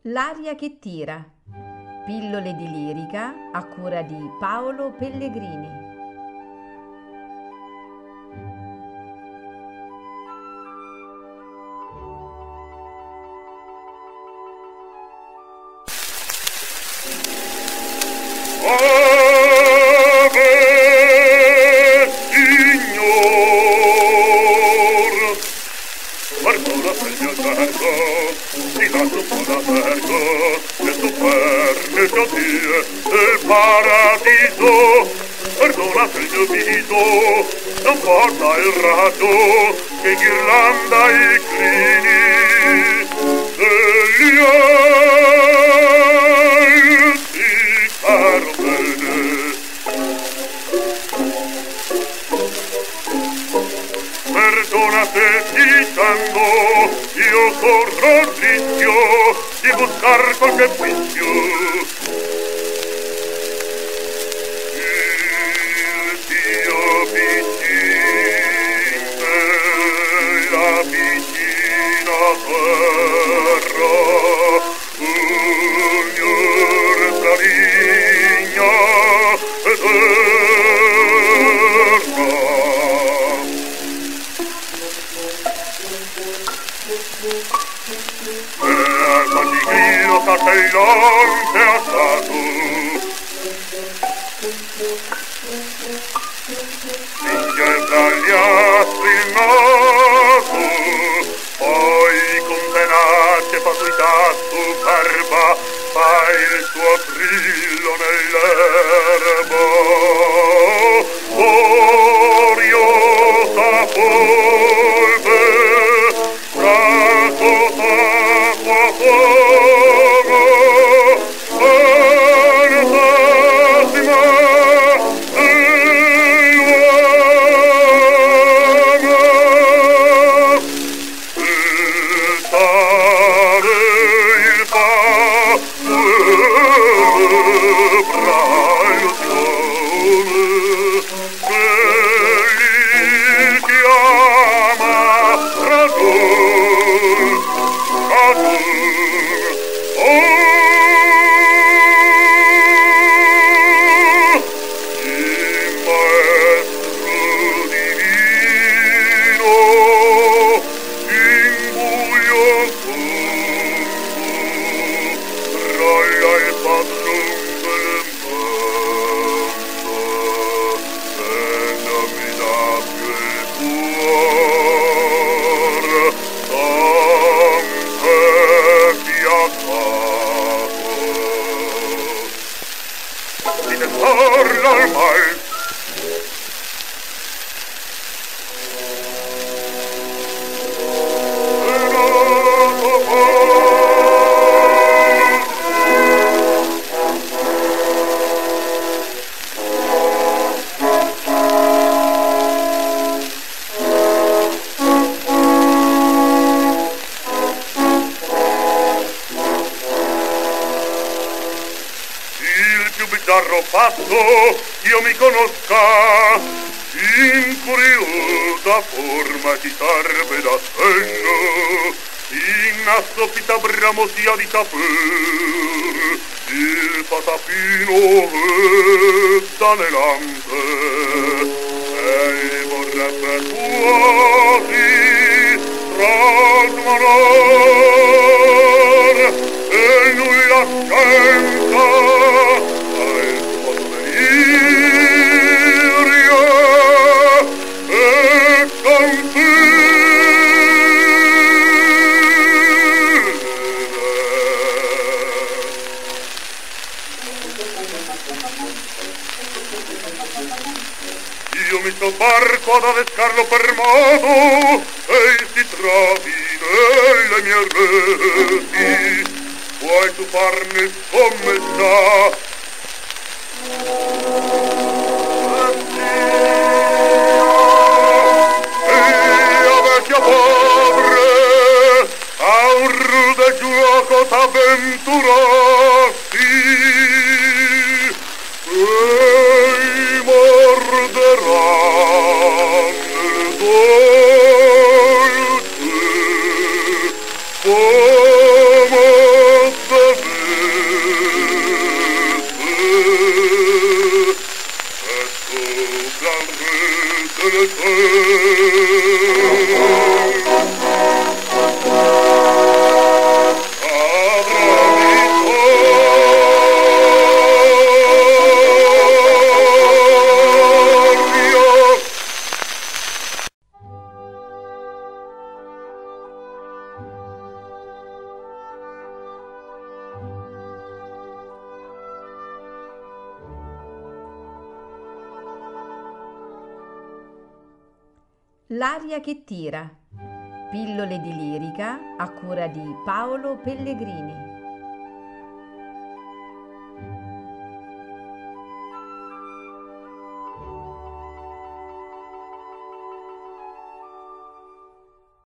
L'aria che tira. Pillole di lirica a cura di Paolo Pellegrini. Ave, Signor, perdona se il mio cerco, ti lascio con aperto, le superne gioie del paradiso. Perdona se il mio viso non porta il raggio che ghirlanda i crini degli alti, caro bene. Perdona se dicendo io corro il rischio di buscar qualche vizio. Il Dio vicino, la vicina terra, Signor Sarigna eterna. Quanti grido cartellante a stato spinge tra gli astri il naso, poi con tenace fatuità superba fa il suo brillo nell'erba. Gloriosa polve, braco d'acqua fuoco, fantasima dell'uomo. Tale il braiazione che li chiama radun, radun. Il maestro divino in buio fungo raglia il padron del mondo e non mi dà più il cuore tanto è fiaccato di tentarla al mal. Il più bizzarro fatto io mi conosca, in curiosa forma ti serve da senno, in assopita bramosia di saper, il patapino è anelante, e vorrebbe quasi trasmanar, e lui la scienza al suo delirio e io mi sobbarco ad adescarlo per modo e si trovi nelle mie reti. Vuoi tu farne scommessa? Io vecchia pobre a un rude giuoco t'avventurassi e morderanno il dolce come L'aria che tira. Pillole di lirica a cura di Paolo Pellegrini.